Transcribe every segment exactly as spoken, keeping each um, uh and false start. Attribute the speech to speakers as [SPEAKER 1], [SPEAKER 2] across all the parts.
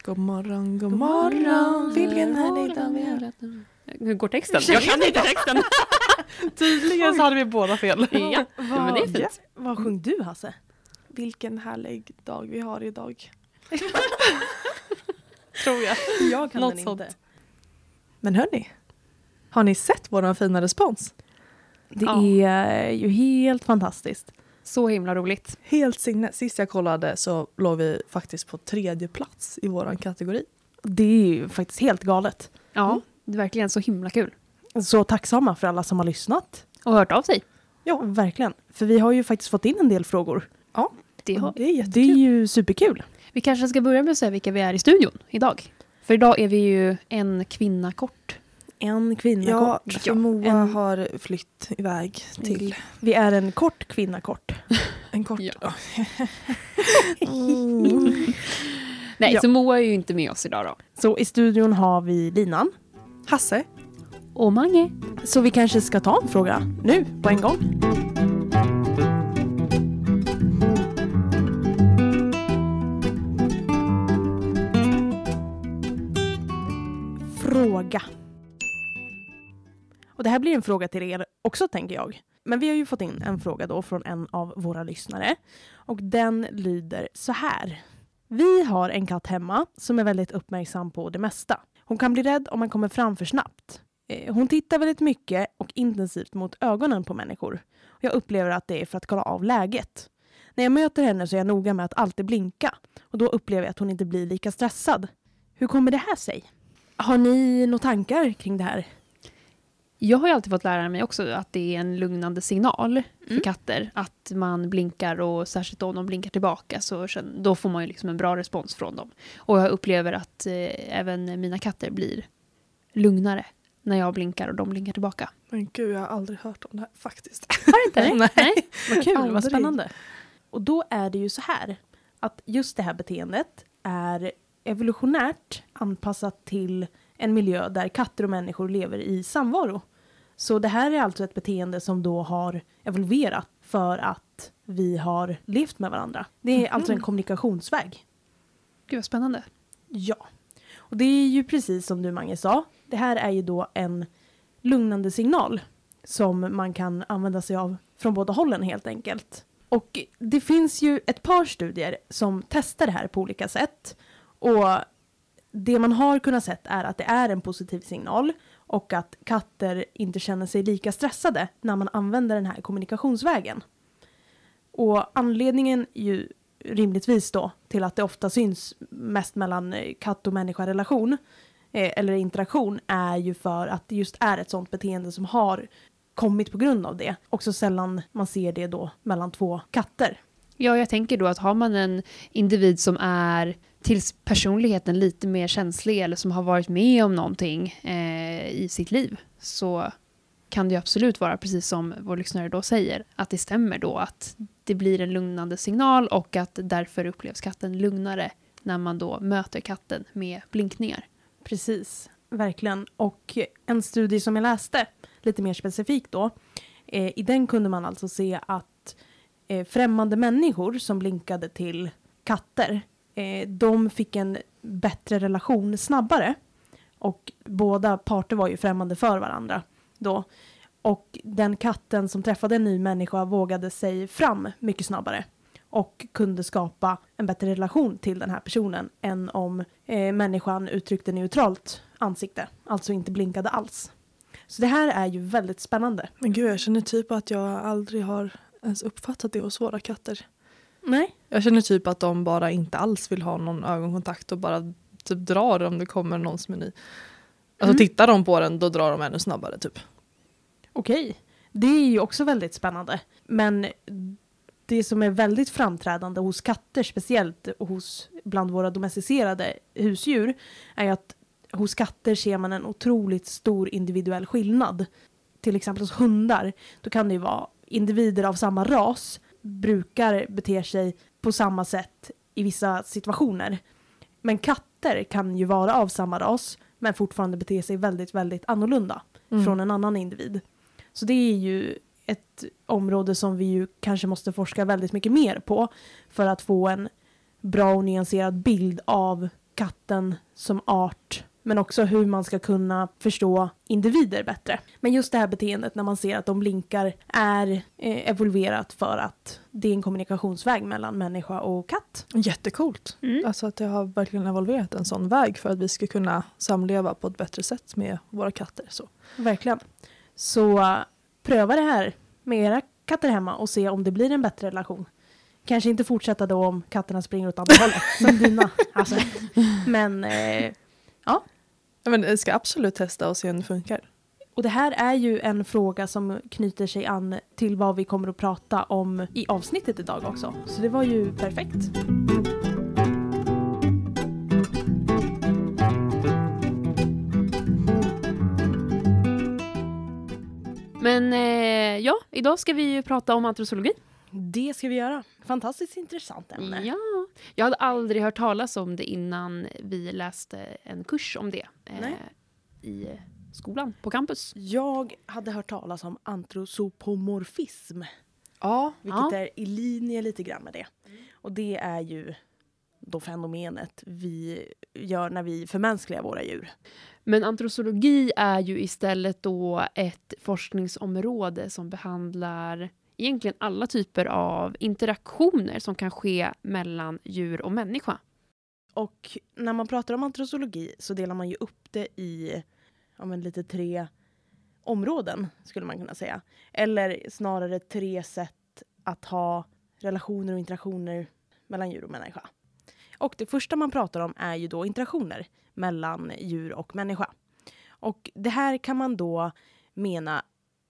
[SPEAKER 1] God morgon, god morgon. Vilken härlig dag vi har.
[SPEAKER 2] Hur går texten? Jag kan inte texten.
[SPEAKER 1] Tydligen så hade vi båda fel.
[SPEAKER 2] Ja, men det är fint.
[SPEAKER 1] Ja. Vad sjöng du, Hasse? Vilken härlig dag vi har idag. Tror jag.
[SPEAKER 2] Jag kan
[SPEAKER 1] Något
[SPEAKER 2] den
[SPEAKER 1] sånt.
[SPEAKER 2] inte.
[SPEAKER 1] Men hörni, har ni sett våran fina respons? Det
[SPEAKER 2] Ja.
[SPEAKER 1] är ju helt fantastiskt.
[SPEAKER 2] Så himla roligt.
[SPEAKER 1] Helt sinne. Sist jag kollade så låg vi faktiskt på tredje plats i våran kategori. Det är ju faktiskt helt galet.
[SPEAKER 2] Ja,
[SPEAKER 1] Mm.
[SPEAKER 2] det är verkligen så himla kul.
[SPEAKER 1] Så tacksamma för alla som har lyssnat.
[SPEAKER 2] Och hört av sig.
[SPEAKER 1] Ja, verkligen. För vi har ju faktiskt fått in en del frågor. Ja,
[SPEAKER 2] Det har
[SPEAKER 1] det är jättekul. Det är ju superkul.
[SPEAKER 2] Vi kanske ska börja med att säga vilka vi är i studion idag. För idag är vi ju en kvinna kort.
[SPEAKER 1] En kvinna
[SPEAKER 3] Ja,
[SPEAKER 1] kort.
[SPEAKER 3] för Moa
[SPEAKER 1] en,
[SPEAKER 3] har flytt iväg till
[SPEAKER 1] vi är en kort kvinna kort.
[SPEAKER 3] en kort...
[SPEAKER 2] Ja.
[SPEAKER 1] Mm.
[SPEAKER 2] Nej,
[SPEAKER 1] Ja.
[SPEAKER 2] så Moa är ju inte med oss idag då.
[SPEAKER 1] Så i studion har vi Linan.
[SPEAKER 3] Hasse.
[SPEAKER 2] Och Mange.
[SPEAKER 1] Så vi kanske ska ta en fråga nu på en gång. Fråga. Och det här blir en fråga till er också, tänker jag. Men vi har ju fått in en fråga då från en av våra lyssnare. Och den lyder så här. Vi har en katt hemma som är väldigt uppmärksam på det mesta. Hon kan bli rädd om man kommer fram för snabbt. Eh, Hon tittar väldigt mycket och intensivt mot ögonen på människor. Jag upplever att det är för att kolla av läget. När jag möter henne så är jag noga med att alltid blinka. Och då upplever jag att hon inte blir lika stressad. Hur kommer det här sig? Har ni några tankar kring det här?
[SPEAKER 2] Jag har ju alltid fått lära mig också att det är en lugnande signal för
[SPEAKER 1] Mm.
[SPEAKER 2] katter. Att man blinkar och särskilt om de blinkar tillbaka så känn- då får man ju liksom en bra respons från dem. Och jag upplever att eh, även mina katter blir lugnare när jag blinkar och de blinkar tillbaka.
[SPEAKER 3] Men gud, jag har aldrig hört om det här faktiskt.
[SPEAKER 2] Har du inte det?
[SPEAKER 3] Nej.
[SPEAKER 1] Vad kul,
[SPEAKER 3] Aldrig.
[SPEAKER 1] vad spännande. Och då är det ju så här att just det här beteendet är evolutionärt anpassat till en miljö där katter och människor lever i samvaro. Så det här är alltså ett beteende som då har evolverat för att vi har levt med varandra. Det är
[SPEAKER 3] Mhm.
[SPEAKER 1] alltså en kommunikationsväg.
[SPEAKER 2] Gud vad spännande.
[SPEAKER 1] Ja. Och det är ju precis som du, Mange, sa. Det här är ju då en lugnande signal som man kan använda sig av från båda hållen helt enkelt. Och det finns ju ett par studier som testar det här på olika sätt. Och det man har kunnat sett är att det är en positiv signal och att katter inte känner sig lika stressade när man använder den här kommunikationsvägen. Och anledningen är ju rimligtvis då till att det ofta syns mest mellan katt- och människa-relation eh, eller interaktion är ju för att det just är ett sånt beteende som har kommit på grund av det. Också sällan man ser det då mellan två katter.
[SPEAKER 2] Ja, jag tänker då att har man en individ som är till personligheten lite mer känslig eller som har varit med om någonting eh, i sitt liv så kan det ju absolut vara precis som vår lyssnare då säger att det stämmer då att det blir en lugnande signal och att därför upplevs katten lugnare när man då möter katten med blinkningar.
[SPEAKER 1] Precis, verkligen. Och en studie som jag läste, lite mer specifikt då, eh, i den kunde man alltså se att eh, främmande människor som blinkade till katter, eh, de fick en bättre relation snabbare. Och båda parter var ju främmande för varandra då. Och den katten som träffade en ny människa vågade sig fram mycket snabbare. Och kunde skapa en bättre relation till den här personen än om eh, människan uttryckte neutralt ansikte. Alltså inte blinkade alls. Så det här är ju väldigt spännande.
[SPEAKER 3] Men gud, jag känner typ att jag aldrig har ens uppfattat det hos våra katter.
[SPEAKER 1] Nej.
[SPEAKER 3] Jag känner typ att de bara inte alls vill ha någon ögonkontakt och bara typ drar om det kommer någon som är ny. Alltså
[SPEAKER 1] Mm.
[SPEAKER 3] tittar de på den, då drar de ännu snabbare typ.
[SPEAKER 1] Okej. Det är ju också väldigt spännande. Men det som är väldigt framträdande hos katter speciellt och hos bland våra domesticerade husdjur är att hos katter ser man en otroligt stor individuell skillnad. Till exempel hos hundar, då kan det ju vara individer av samma ras brukar bete sig på samma sätt i vissa situationer. Men katter kan ju vara av samma ras men fortfarande bete sig väldigt, väldigt annorlunda
[SPEAKER 3] Mm.
[SPEAKER 1] från en annan individ. Så det är ju ett område som vi ju kanske måste forska väldigt mycket mer på för att få en bra och nyanserad bild av katten som art, men också hur man ska kunna förstå individer bättre. Men just det här beteendet när man ser att de blinkar är eh, evolverat för att det är en kommunikationsväg mellan människa och katt.
[SPEAKER 3] Jättekult.
[SPEAKER 2] Mm.
[SPEAKER 3] Alltså att det har verkligen evolverat en sån väg för att vi ska kunna samleva på ett bättre sätt med våra katter. Så.
[SPEAKER 1] Verkligen. Så uh, pröva det här med era katter hemma och se om det blir en bättre relation. Kanske inte fortsätta då om katterna springer åt andra hållet som dina. Alltså. Men eh, ja.
[SPEAKER 3] Ja, men jag ska absolut testa och se om det funkar.
[SPEAKER 1] Och det här är ju en fråga som knyter sig an till vad vi kommer att prata om i avsnittet idag också. Så det var ju perfekt.
[SPEAKER 2] Men eh, ja, idag ska vi ju prata om antrosologi.
[SPEAKER 1] Det ska vi göra. Fantastiskt intressant ämne.
[SPEAKER 2] Ja, jag hade aldrig hört talas om det innan vi läste en kurs om det eh, i skolan på campus.
[SPEAKER 1] Jag hade hört talas om antrosopomorfism.
[SPEAKER 3] Ja.
[SPEAKER 1] Vilket
[SPEAKER 2] Ja.
[SPEAKER 1] är i linje lite grann med det. Och det är ju då fenomenet vi gör när vi förmänskligar våra djur.
[SPEAKER 2] Men antrosologi är ju istället då ett forskningsområde som behandlar egentligen alla typer av interaktioner som kan ske mellan djur och människa.
[SPEAKER 1] Och när man pratar om antrosologi så delar man ju upp det i ja, men lite tre områden skulle man kunna säga. Eller snarare tre sätt att ha relationer och interaktioner mellan djur och människa. Och det första man pratar om är ju då interaktioner mellan djur och människa. Och det här kan man då mena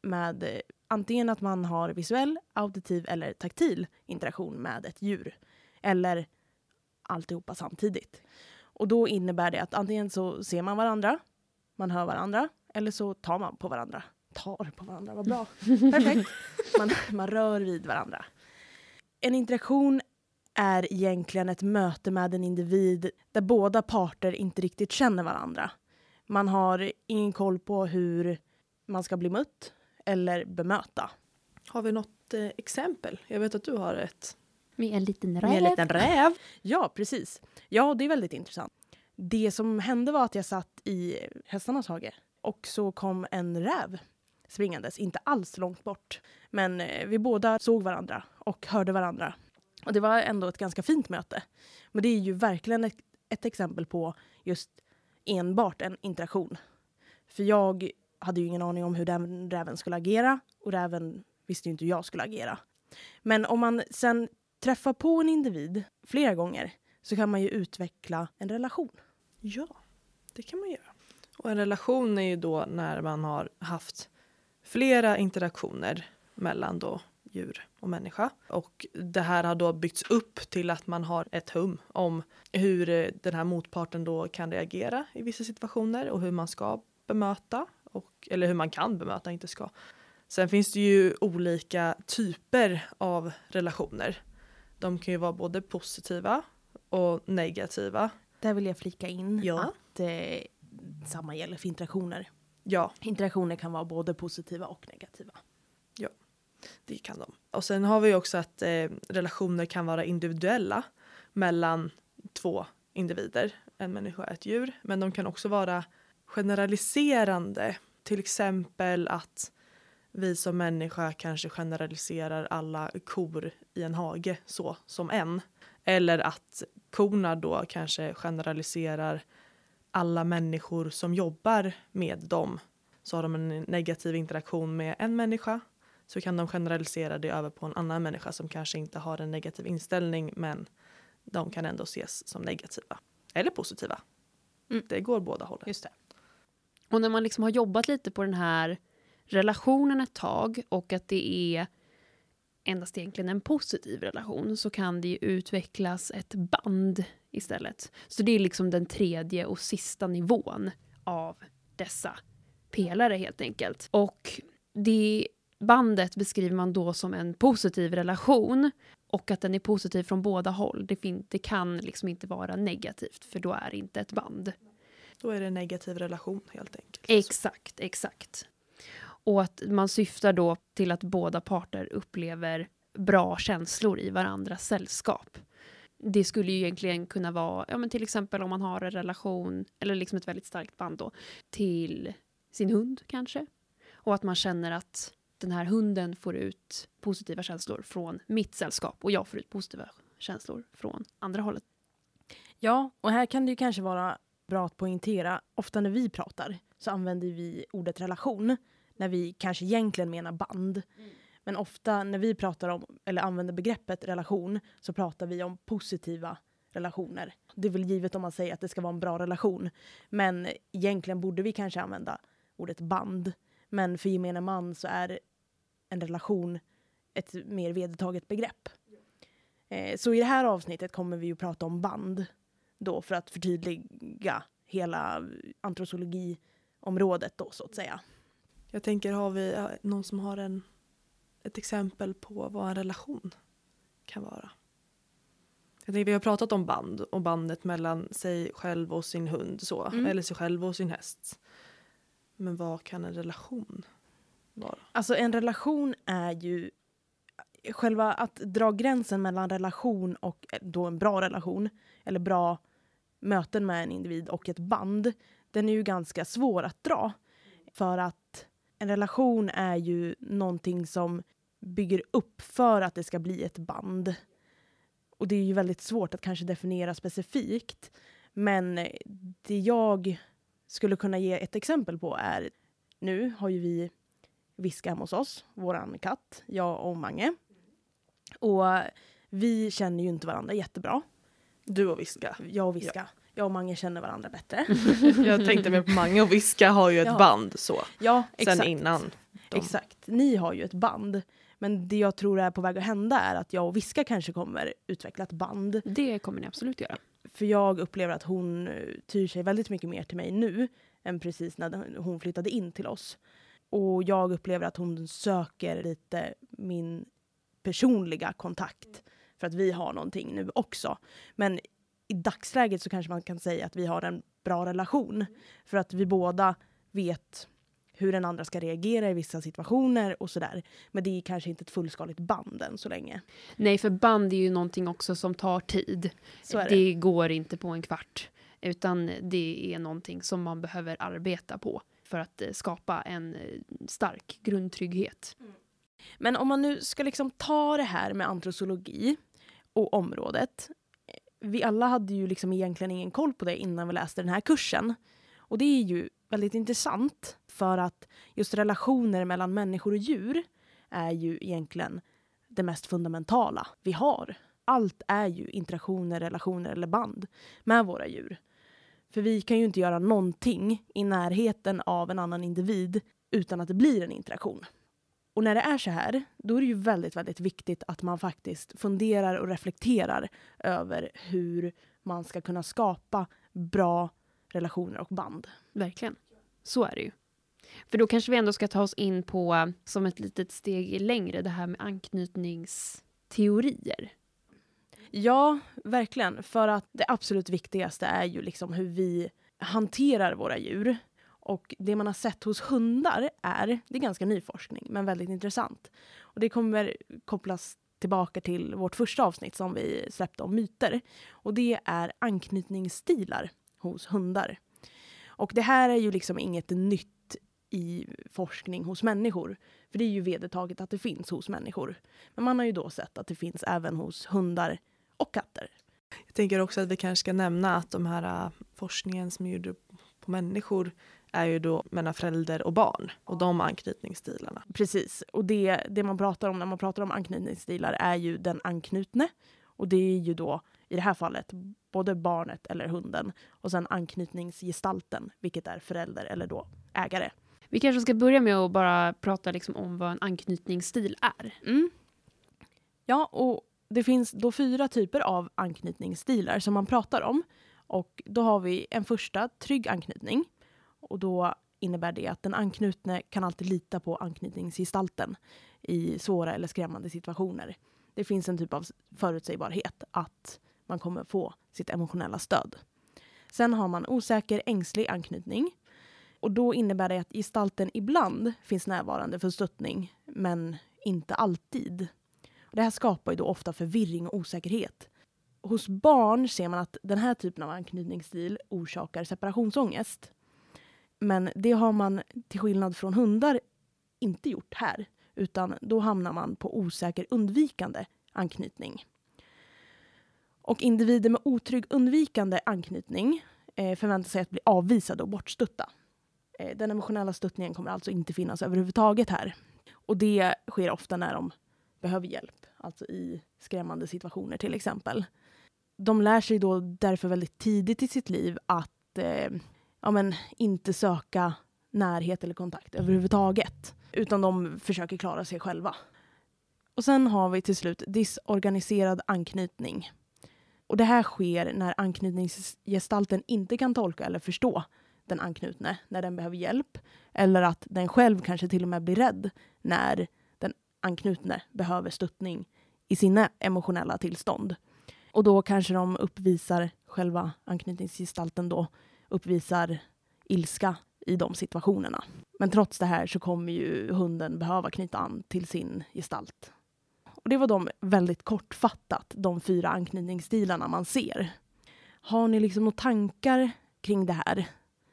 [SPEAKER 1] med antingen att man har visuell, auditiv eller taktil interaktion med ett djur. Eller alltihopa samtidigt. Och då innebär det att antingen så ser man varandra, man hör varandra, eller så tar man på varandra. Tar på varandra, vad bra. Perfekt. Man, man rör vid varandra. En interaktion är egentligen ett möte med en individ där båda parter inte riktigt känner varandra. Man har ingen koll på hur man ska bli mött eller bemöta.
[SPEAKER 3] Har vi något eh, exempel? Jag vet att du har ett.
[SPEAKER 2] Med en liten räv.
[SPEAKER 1] Med en liten räv. Ja, precis. Ja, det är väldigt intressant. Det som hände var att jag satt i hästarnas hage och så kom en räv springandes, inte alls långt bort. Men eh, vi båda såg varandra och hörde varandra. Och det var ändå ett ganska fint möte. Men det är ju verkligen ett, ett exempel på just enbart en interaktion. För jag hade ju ingen aning om hur den räven skulle agera. Och räven visste ju inte hur jag skulle agera. Men om man sen träffar på en individ flera gånger så kan man ju utveckla en relation.
[SPEAKER 3] Ja, det kan man göra. Och en relation är ju då när man har haft flera interaktioner mellan då djur och människa. Och det här har då byggts upp till att man har ett hum om hur den här motparten då kan reagera i vissa situationer och hur man ska bemöta. Och, eller hur man kan bemöta, inte ska. Sen finns det ju olika typer av relationer. De kan ju vara både positiva och negativa.
[SPEAKER 1] Där vill jag flika in
[SPEAKER 3] Ja.
[SPEAKER 1] att eh, samma gäller för interaktioner.
[SPEAKER 3] Ja,
[SPEAKER 1] Interaktioner kan vara både positiva och negativa.
[SPEAKER 3] det kan de. Och sen har vi också att eh, relationer kan vara individuella mellan två individer. En människa och ett djur. Men de kan också vara generaliserande. Till exempel att vi som människa kanske generaliserar alla kor i en hage så som en. Eller att korna då kanske generaliserar alla människor som jobbar med dem. Så har de en negativ interaktion med en människa. Så kan de generalisera det över på en annan människa som kanske inte har en negativ inställning. Men de kan ändå ses som negativa. Eller positiva.
[SPEAKER 1] Mm.
[SPEAKER 3] Det går båda hållen.
[SPEAKER 1] Just det.
[SPEAKER 2] Och när man liksom har jobbat lite på den här relationen ett tag och att det är endast egentligen en positiv relation så kan det ju utvecklas ett band istället. Så det är liksom den tredje och sista nivån av dessa pelare helt enkelt. Och det bandet beskriver man då som en positiv relation och att den är positiv från båda håll. Det, fin- det kan liksom inte vara negativt för då är det inte ett band.
[SPEAKER 3] Då är det en negativ relation helt enkelt.
[SPEAKER 2] Exakt, exakt. Och att man syftar då till att båda parter upplever bra känslor i varandras sällskap. Det skulle ju egentligen kunna vara, ja, men till exempel om man har en relation, eller liksom ett väldigt starkt band då, till sin hund kanske. Och att man känner att den här hunden får ut positiva känslor från mitt sällskap och jag får ut positiva känslor från andra hållet.
[SPEAKER 1] Ja, och här kan det ju kanske vara bra att poängtera. Ofta när vi pratar så använder vi ordet relation när vi kanske egentligen menar band. Mm. Men ofta när vi pratar om eller använder begreppet relation så pratar vi om positiva relationer. Det är väl givet om man säger att det ska vara en bra relation. Men egentligen borde vi kanske använda ordet band. Men för gemene man så är en relation ett mer vedertaget begrepp. Eh, så i det här avsnittet kommer vi ju prata om band då för att förtydliga hela antrosologiområdet då så att säga.
[SPEAKER 3] Jag tänker, har vi någon som har en, ett exempel på vad en relation kan vara? Jag tänker, vi har pratat om band och bandet mellan sig själv och sin hund så, mm. eller sig själv och sin häst. Men vad kan en relation vara? Alltså
[SPEAKER 1] en relation är ju själva att dra gränsen mellan relation och då en bra relation eller bra möten med en individ och ett band. Den är ju ganska svår att dra för att en relation är ju någonting som bygger upp för att det ska bli ett band. Och det är ju väldigt svårt att kanske definiera specifikt. Men det jag skulle kunna ge ett exempel på är, nu har ju vi Viska hemma hos oss, våran katt, jag och Mange. Och vi känner ju inte varandra jättebra.
[SPEAKER 3] Du och Viska?
[SPEAKER 1] Jag och Viska. Ja. Jag och Mange känner varandra bättre.
[SPEAKER 3] Jag tänkte med Mange och Viska har ju ett ja. band så.
[SPEAKER 1] Ja, exakt.
[SPEAKER 3] Sen innan. De...
[SPEAKER 1] Exakt. Ni har ju ett band. Men det jag tror är på väg att hända är att jag och Viska kanske kommer utveckla ett band.
[SPEAKER 2] Det kommer ni absolut göra.
[SPEAKER 1] För jag upplever att hon tyr sig väldigt mycket mer till mig nu än precis när hon flyttade in till oss. Och jag upplever att hon söker lite min personliga kontakt för att vi har någonting nu också. Men i dagsläget så kanske man kan säga att vi har en bra relation. För att vi båda vet hur den andra ska reagera i vissa situationer och sådär. Men det är kanske inte ett fullskaligt band än så länge.
[SPEAKER 2] Nej, för band är ju någonting också som tar tid.
[SPEAKER 1] Så är det.
[SPEAKER 2] Det går inte på en kvart. Utan det är någonting som man behöver arbeta på för att skapa en stark grundtrygghet.
[SPEAKER 1] Mm. Men om man nu ska liksom ta det här med antrosologi och området. Vi alla hade ju liksom egentligen ingen koll på det innan vi läste den här kursen. Och det är ju väldigt intressant för att just relationer mellan människor och djur är ju egentligen det mest fundamentala vi har. Allt är ju interaktioner, relationer eller band med våra djur. För vi kan ju inte göra någonting i närheten av en annan individ utan att det blir en interaktion. Och när det är så här, då är det ju väldigt, väldigt viktigt att man faktiskt funderar och reflekterar över hur man ska kunna skapa bra relationer och band.
[SPEAKER 2] Verkligen. Så är det ju. För då kanske vi ändå ska ta oss in på, som ett litet steg längre, det här med anknytningsteorier.
[SPEAKER 1] Ja, verkligen. För att det absolut viktigaste är ju liksom hur vi hanterar våra djur. Och det man har sett hos hundar är, det är ganska ny forskning men väldigt intressant. Och det kommer kopplas tillbaka till vårt första avsnitt som vi släppte om myter. Och det är anknytningsstilar hos hundar. Och det här är ju liksom inget nytt i forskning hos människor. För det är ju vedertaget att det finns hos människor. Men man har ju då sett att det finns även hos hundar och katter.
[SPEAKER 3] Jag tänker också att vi kanske ska nämna att de här uh, forskningen som gjorde på människor är ju då mellan förälder och barn. Och de anknytningsstilarna.
[SPEAKER 1] Precis. Och det, det man pratar om när man pratar om anknytningsstilar är ju den anknutne. Och det är ju då i det här fallet både barnet eller hunden. Och sen anknytningsgestalten, vilket är förälder eller då ägare.
[SPEAKER 2] Vi kanske ska börja med att bara prata liksom om vad en anknytningsstil är.
[SPEAKER 1] Mm. Ja, och det finns då fyra typer av anknytningsstilar som man pratar om. Och då har vi en första, trygg anknytning. Och då innebär det att den anknutne kan alltid lita på anknytningsgestalten i svåra eller skrämmande situationer. Det finns en typ av förutsägbarhet att man kommer få sitt emotionella stöd. Sen har man osäker, ängslig anknytning. Och då innebär det att gestalten ibland finns närvarande för stöttning, men inte alltid. Och det här skapar ju då ofta förvirring och osäkerhet. hos barn ser man att den här typen av anknytningsstil orsakar separationsångest. Men det har man till skillnad från hundar inte gjort här. Utan då hamnar man på osäker undvikande anknytning. Och individer med otrygg undvikande anknytning eh, förväntar sig att bli avvisade och bortstötta. Eh, den emotionella stöttningen kommer alltså inte finnas överhuvudtaget här. Och det sker ofta när de behöver hjälp. Alltså i skrämmande situationer till exempel. De lär sig då därför väldigt tidigt i sitt liv att eh, ja, men, inte söka närhet eller kontakt överhuvudtaget. Utan de försöker klara sig själva. Och sen har vi till slut disorganiserad anknytning. Och det här sker när anknytningsgestalten inte kan tolka eller förstå den anknutne när den behöver hjälp. Eller att den själv kanske till och med blir rädd när den anknutne behöver stöttning i sina emotionella tillstånd. Och då kanske de uppvisar, själva anknytningsgestalten då, uppvisar ilska i de situationerna. Men trots det här så kommer ju hunden behöva knyta an till sin gestalt. Och det var de väldigt kortfattat, de fyra anknytningsstilarna man ser. Har ni liksom några tankar kring det här?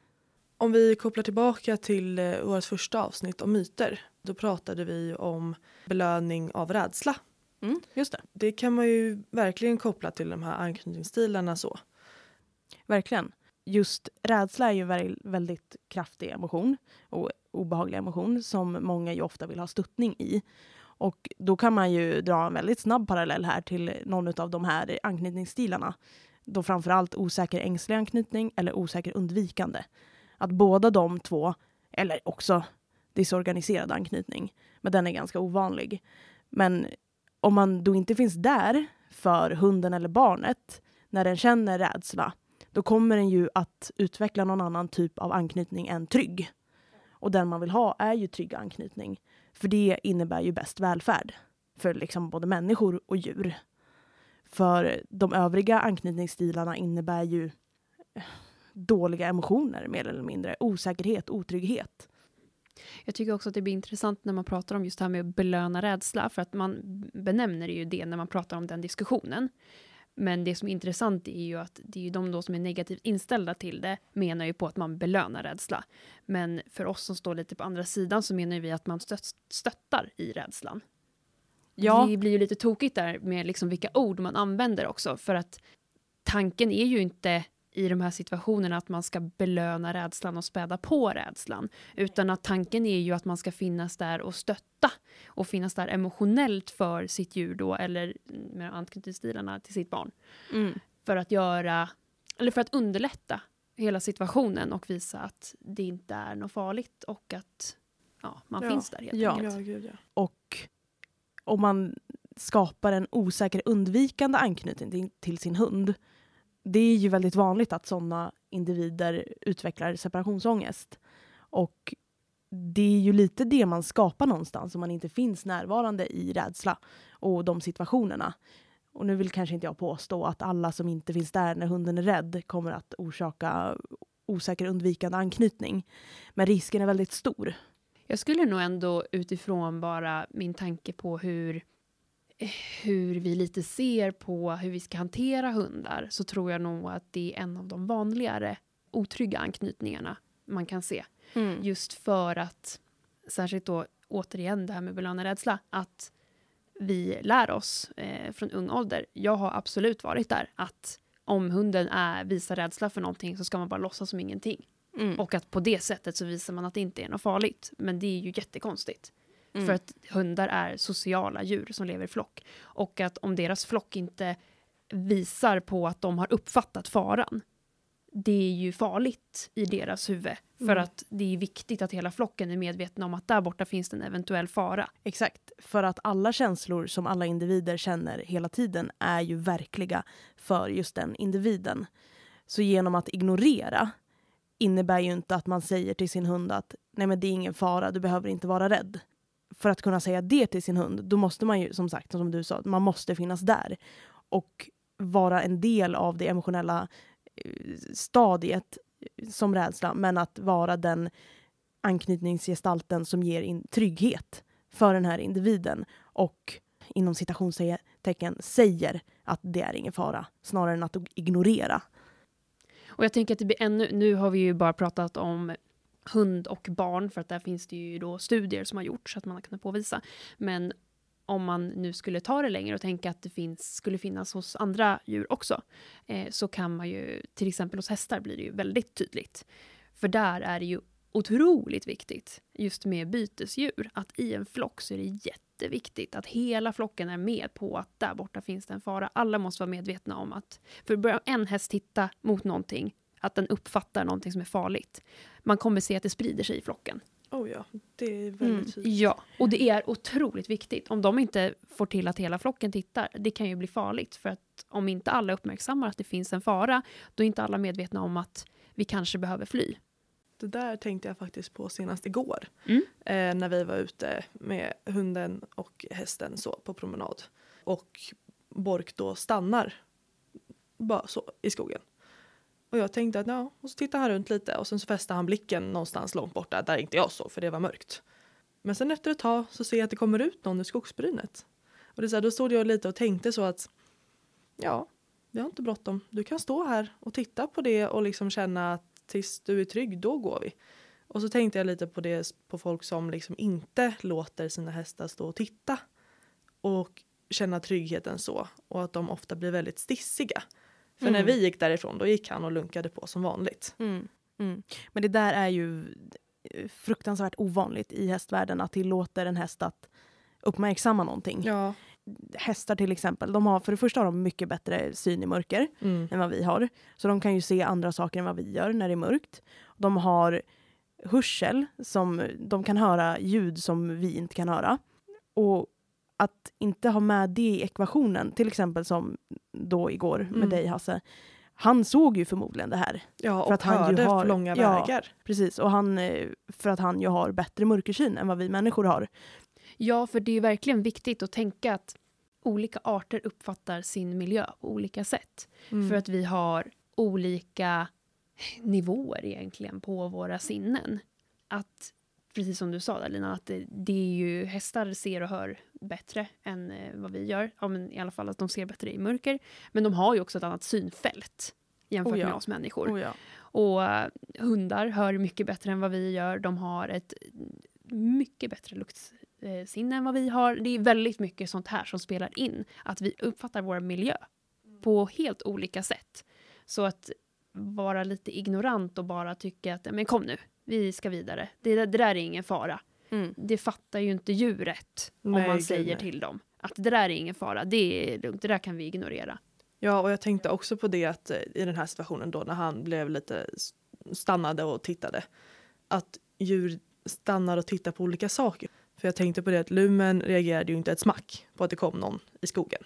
[SPEAKER 3] Om vi kopplar tillbaka till eh, vårt första avsnitt om myter. Då pratade vi om belöning av rädsla.
[SPEAKER 1] Mm, just det.
[SPEAKER 3] Det kan man ju verkligen koppla till de här anknytningsstilarna så.
[SPEAKER 1] Verkligen. Just rädsla är ju en väldigt kraftig emotion och obehaglig emotion som många ju ofta vill ha stöttning i. Och då kan man ju dra en väldigt snabb parallell här till någon av de här anknytningsstilarna. Då framförallt osäker ängslig anknytning eller osäker undvikande. Att båda de två, eller också disorganiserad anknytning, men den är ganska ovanlig. Men om man då inte finns där för hunden eller barnet när den känner rädsla, då kommer den ju att utveckla någon annan typ av anknytning än trygg. Och den man vill ha är ju trygg anknytning. För det innebär ju bäst välfärd för liksom både människor och djur. För de övriga anknytningsstilarna innebär ju dåliga emotioner mer eller mindre. Osäkerhet, otrygghet.
[SPEAKER 2] Jag tycker också att det blir intressant när man pratar om just det här med att belöna rädsla. För att man benämner ju det när man pratar om den diskussionen. Men det som är intressant är ju att det är ju de då som är negativt inställda till det menar ju på att man belönar rädsla. Men för oss som står lite på andra sidan så menar vi att man stött, stöttar i rädslan. Ja. Det blir ju lite tokigt där med liksom vilka ord man använder också. För att tanken är ju inte i de här situationerna att man ska belöna rädslan och späda på rädslan. Utan att tanken är ju att man ska finnas där och stötta. Och finnas där emotionellt för sitt djur då. Eller med anknytningsstilarna till sitt barn.
[SPEAKER 1] Mm.
[SPEAKER 2] För att göra, eller för att underlätta hela situationen. Och visa att det inte är något farligt. Och att ja, man
[SPEAKER 3] ja.
[SPEAKER 2] finns där helt
[SPEAKER 1] Ja.
[SPEAKER 2] enkelt.
[SPEAKER 3] Ja, gud, ja.
[SPEAKER 1] Och om man skapar en osäker undvikande anknytning till sin hund. Det är ju väldigt vanligt att sådana individer utvecklar separationsångest. Och det är ju lite det man skapar någonstans om man inte finns närvarande i rädsla och de situationerna. Och nu vill kanske inte jag påstå att alla som inte finns där när hunden är rädd kommer att orsaka osäker undvikande anknytning. Men risken är väldigt stor.
[SPEAKER 2] Jag skulle nog ändå utifrån bara min tanke på hur hur vi lite ser på hur vi ska hantera hundar så tror jag nog att det är en av de vanligare otrygga anknytningarna man kan se.
[SPEAKER 1] Mm.
[SPEAKER 2] Just för att, särskilt då återigen det här med belöna rädsla, att vi lär oss eh, från ung ålder. Jag har absolut varit där att om hunden är, visar rädsla för någonting så ska man bara låtsas som ingenting.
[SPEAKER 1] Mm.
[SPEAKER 2] Och att på det sättet så visar man att det inte är något farligt. Men det är ju jättekonstigt. Mm. För att hundar är sociala djur som lever i flock. Och att om deras flock inte visar på att de har uppfattat faran. Det är ju farligt i deras huvud. För
[SPEAKER 1] Mm.
[SPEAKER 2] att det är viktigt att hela flocken är medvetna om att där borta finns en eventuell fara.
[SPEAKER 1] Exakt. För att alla känslor som alla individer känner hela tiden är ju verkliga för just den individen. Så genom att ignorera innebär ju inte att man säger till sin hund att nej men det är ingen fara, du behöver inte vara rädd. För att kunna säga det till sin hund, då måste man ju som sagt, som du sa, man måste finnas där. Och vara en del av det emotionella stadiet som rädsla, men att vara den anknytningsgestalten som ger in trygghet för den här individen och inom citationstecken säger att det är ingen fara. Snarare än att ignorera.
[SPEAKER 2] Och jag tänker att det blir ännu, nu har vi ju bara pratat om hund och barn, för att där finns det ju då studier som har gjorts så att man har kunnat påvisa. Men om man nu skulle ta det längre och tänka att det finns, skulle finnas hos andra djur också, eh, så kan man ju, till exempel hos hästar blir det ju väldigt tydligt. För där är det ju otroligt viktigt just med bytesdjur, att i en flock så är det jätteviktigt att hela flocken är med på att där borta finns det en fara. Alla måste vara medvetna om att, för börjar en häst titta mot någonting, att den uppfattar någonting som är farligt, man kommer se att det sprider sig i flocken.
[SPEAKER 3] Oh ja, det är väldigt
[SPEAKER 1] Mm.
[SPEAKER 3] tydligt.
[SPEAKER 2] Ja, och det är otroligt viktigt. Om de inte får till att hela flocken tittar, det kan ju bli farligt. För att om inte alla uppmärksammar att det finns en fara, då är inte alla medvetna om att vi kanske behöver fly.
[SPEAKER 3] Det där tänkte jag faktiskt på senast igår.
[SPEAKER 2] Mm.
[SPEAKER 3] Eh, när vi var ute med hunden och hästen så på promenad. Och Bork då stannar bara så i skogen. Och jag tänkte att ja, och så tittar han runt lite och sen så fäster han blicken någonstans långt borta där inte jag såg för det var mörkt. Men sen efter ett tag så ser jag att det kommer ut någon ur skogsbrynet. Och det är så här, då stod jag lite och tänkte så att ja, vi har inte bråttom. Du kan stå här och titta på det och liksom känna att tills du är trygg, då går vi. Och så tänkte jag lite på det på folk som liksom inte låter sina hästar stå och titta och känna tryggheten så. Och att de ofta blir väldigt stissiga. För
[SPEAKER 1] Mm.
[SPEAKER 3] när vi gick därifrån, då gick han och lunkade på som vanligt.
[SPEAKER 1] Mm. Mm. Men det där är ju fruktansvärt ovanligt i hästvärlden, att tillåter en häst att uppmärksamma någonting.
[SPEAKER 3] Ja.
[SPEAKER 1] Hästar till exempel, de har, för det första har de mycket bättre syn i mörker
[SPEAKER 3] Mm.
[SPEAKER 1] än vad vi har. Så de kan ju se andra saker än vad vi gör när det är mörkt. De har hörsel, som de kan höra ljud som vi inte kan höra. Och att inte ha med det i ekvationen, till exempel som då igår med
[SPEAKER 3] Mm.
[SPEAKER 1] dig Hasse. Han såg ju förmodligen det här.
[SPEAKER 3] Ja, och
[SPEAKER 1] För att han ju
[SPEAKER 3] hörde
[SPEAKER 1] har-
[SPEAKER 3] långa
[SPEAKER 1] ja.
[SPEAKER 3] vägar.
[SPEAKER 1] Precis, och han, eh, för att han ju har bättre mörkersyn än vad vi människor har.
[SPEAKER 2] Ja, för det är verkligen viktigt att tänka att olika arter uppfattar sin miljö på olika sätt.
[SPEAKER 3] Mm.
[SPEAKER 2] För att vi har olika nivåer egentligen på våra sinnen. Att, precis som du sa där Lina, att det, det är ju hästar ser och hör bättre än eh, vad vi gör. Ja, men i alla fall att de ser bättre i mörker. Men de har ju också ett annat synfält jämfört
[SPEAKER 1] Oh ja.
[SPEAKER 2] med oss människor.
[SPEAKER 1] Oh ja.
[SPEAKER 2] Och uh, hundar hör mycket bättre än vad vi gör. De har ett mycket bättre luktsinne än vad vi har. Det är väldigt mycket sånt här som spelar in. Att vi uppfattar vår miljö på helt olika sätt. Så att vara lite ignorant och bara tycka att men kom nu, vi ska vidare. Det, det där är ingen fara.
[SPEAKER 1] Mm.
[SPEAKER 2] Det fattar ju inte djuret om
[SPEAKER 3] Nej,
[SPEAKER 2] man
[SPEAKER 3] gud,
[SPEAKER 2] säger
[SPEAKER 3] nej.
[SPEAKER 2] till dem. Att det där är ingen fara, det är lugnt, det där kan vi ignorera.
[SPEAKER 3] Ja, och jag tänkte också på det att eh, i den här situationen då när han blev lite s- stannade och tittade. Att djur stannar och tittar på olika saker. För jag tänkte på det att Lumen reagerade ju inte ett smack på att det kom någon i skogen.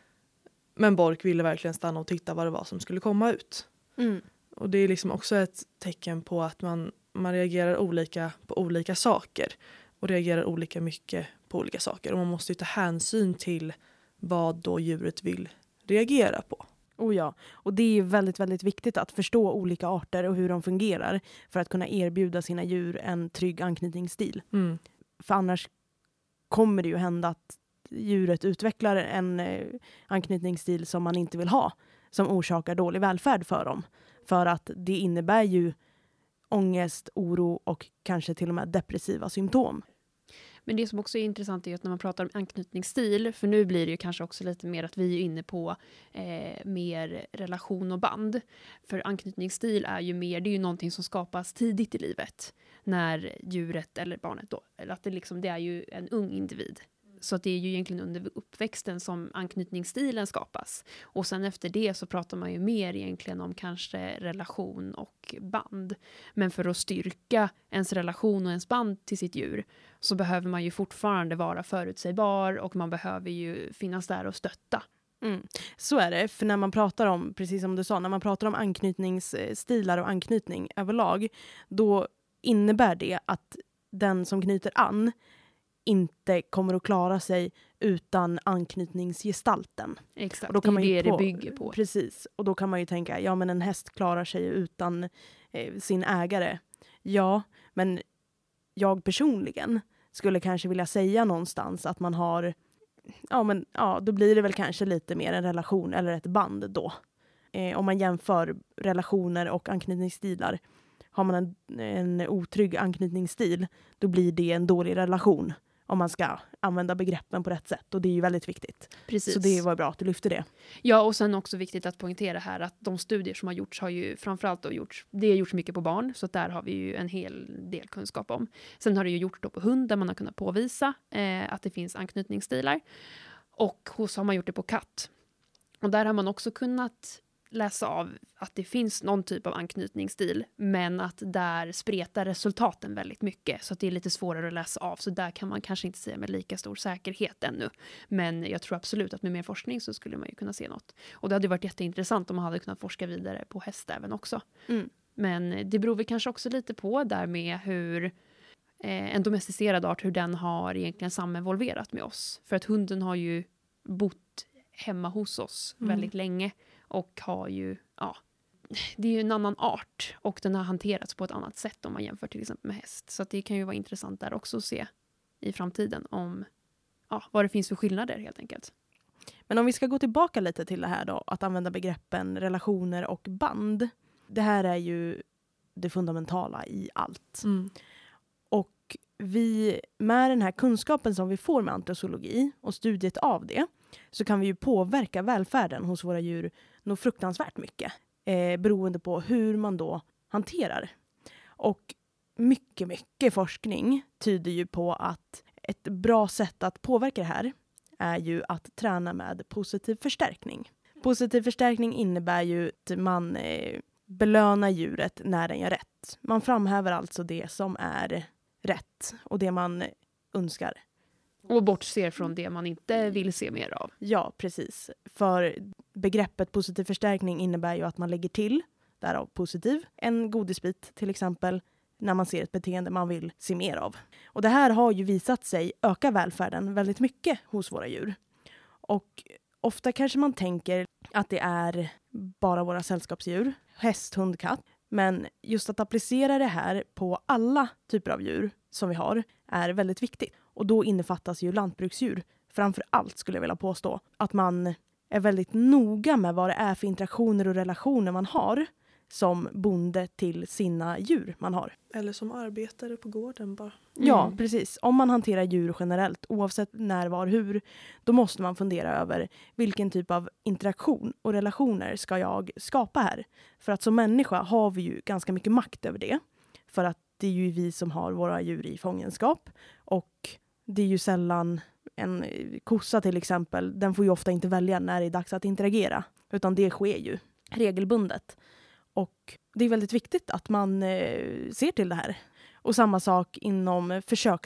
[SPEAKER 3] Men Bork ville verkligen stanna och titta vad det var som skulle komma ut.
[SPEAKER 1] Mm.
[SPEAKER 3] Och det är liksom också ett tecken på att man, man reagerar olika på olika saker. Och reagerar olika mycket på olika saker. Och man måste ju ta hänsyn till vad då djuret vill reagera på.
[SPEAKER 1] Oh ja, och det är väldigt, väldigt viktigt att förstå olika arter och hur de fungerar för att kunna erbjuda sina djur en trygg anknytningsstil.
[SPEAKER 3] Mm.
[SPEAKER 1] För annars kommer det ju hända att djuret utvecklar en eh, anknytningsstil som man inte vill ha, som orsakar dålig välfärd för dem. För att det innebär ju ångest, oro och kanske till och med depressiva symptom.
[SPEAKER 2] Men det som också är intressant är att när man pratar om anknytningsstil, för nu blir det ju kanske också lite mer att vi är inne på eh, mer relation och band. För anknytningsstil är ju mer, det är ju någonting som skapas tidigt i livet. När djuret eller barnet då, eller att det liksom, det är ju en ung individ. Så att det är ju egentligen under uppväxten som anknytningsstilen skapas. Och sen efter det så pratar man ju mer egentligen om kanske relation och band. Men för att styrka ens relation och ens band till sitt djur så behöver man ju fortfarande vara förutsägbar och man behöver ju finnas där och stötta.
[SPEAKER 1] Mm. Så är det, för när man pratar om, precis som du sa, när man pratar om anknytningsstilar och anknytning överlag, då innebär det att den som knyter an inte kommer att klara sig utan anknytningsgestalten.
[SPEAKER 2] Exakt,
[SPEAKER 1] Och då kan
[SPEAKER 2] det
[SPEAKER 1] man
[SPEAKER 2] är
[SPEAKER 1] ju
[SPEAKER 2] det det
[SPEAKER 1] på-
[SPEAKER 2] bygger på.
[SPEAKER 1] Precis, och då kan man ju tänka, ja men en häst klarar sig utan eh, sin ägare. Ja, men jag personligen skulle kanske vilja säga någonstans att man har ja, men, ja, då blir det väl kanske lite mer en relation eller ett band då. Eh, om man jämför relationer och anknytningsstilar. Har man en, en otrygg anknytningsstil, då blir det en dålig relation om man ska använda begreppen på rätt sätt. Och det är ju väldigt viktigt.
[SPEAKER 2] Precis.
[SPEAKER 1] Så det var bra att du lyfte det.
[SPEAKER 2] Ja, och sen också viktigt att poängtera här att de studier som har gjorts har ju framförallt då gjorts, det har gjorts mycket på barn, så där har vi ju en hel del kunskap om. Sen har det ju gjorts då på hund där man har kunnat påvisa eh, att det finns anknytningsstilar. Och hos har man gjort det på katt. Och där har man också kunnat läsa av att det finns någon typ av anknytningsstil, men att där spretar resultaten väldigt mycket, så att det är lite svårare att läsa av, så där kan man kanske inte säga med lika stor säkerhet ännu. Men jag tror absolut att med mer forskning så skulle man ju kunna se något. Och det hade varit jätteintressant om man hade kunnat forska vidare på häst även också.
[SPEAKER 1] Mm.
[SPEAKER 2] Men det beror väl kanske också lite på där med hur eh, en domesticerad art, hur den har egentligen samevolverat med oss. För att hunden har ju bott hemma hos oss
[SPEAKER 1] Mm.
[SPEAKER 2] väldigt länge och har ju, ja, det är ju en annan art och den har hanterats på ett annat sätt om man jämför till exempel med häst. Så att det kan ju vara intressant där också att se i framtiden om, ja, vad det finns för skillnader helt enkelt.
[SPEAKER 1] Men om vi ska gå tillbaka lite till det här då, att använda begreppen relationer och band. Det här är ju det fundamentala i allt.
[SPEAKER 3] Mm.
[SPEAKER 1] Och vi, med den här kunskapen som vi får med antropologi och studiet av det, så kan vi ju påverka välfärden hos våra djur nog fruktansvärt mycket. Eh, beroende på hur man då hanterar. Och mycket, mycket forskning tyder ju på att ett bra sätt att påverka det här är ju att träna med positiv förstärkning. Positiv förstärkning innebär ju att man eh, belönar djuret när den gör rätt. Man framhäver alltså det som är rätt och det man önskar.
[SPEAKER 2] Och bortser från det man inte vill se mer av.
[SPEAKER 1] Ja, precis. För begreppet positiv förstärkning innebär ju att man lägger till, därav positiv, en godisbit till exempel, när man ser ett beteende man vill se mer av. Och det här har ju visat sig öka välfärden väldigt mycket hos våra djur. Och ofta kanske man tänker att det är bara våra sällskapsdjur, häst, hund, katt. Men just att applicera det här på alla typer av djur som vi har är väldigt viktigt. Och då innefattas ju lantbruksdjur. Framför allt skulle jag vilja påstå att man är väldigt noga med vad det är för interaktioner och relationer man har som bonde till sina djur man har.
[SPEAKER 3] Eller som arbetare på gården bara.
[SPEAKER 1] Ja,
[SPEAKER 2] Mm.
[SPEAKER 1] precis. Om man hanterar djur generellt, oavsett när, var, hur, då måste man fundera över vilken typ av interaktion och relationer ska jag skapa här. För att som människa har vi ju ganska mycket makt över det. För att det är ju vi som har våra djur i fångenskap. Och det är ju sällan en kossa till exempel, den får ju ofta inte välja när det är dags att interagera. Utan det sker ju regelbundet. Och det är väldigt viktigt att man eh, ser till det här. Och samma sak inom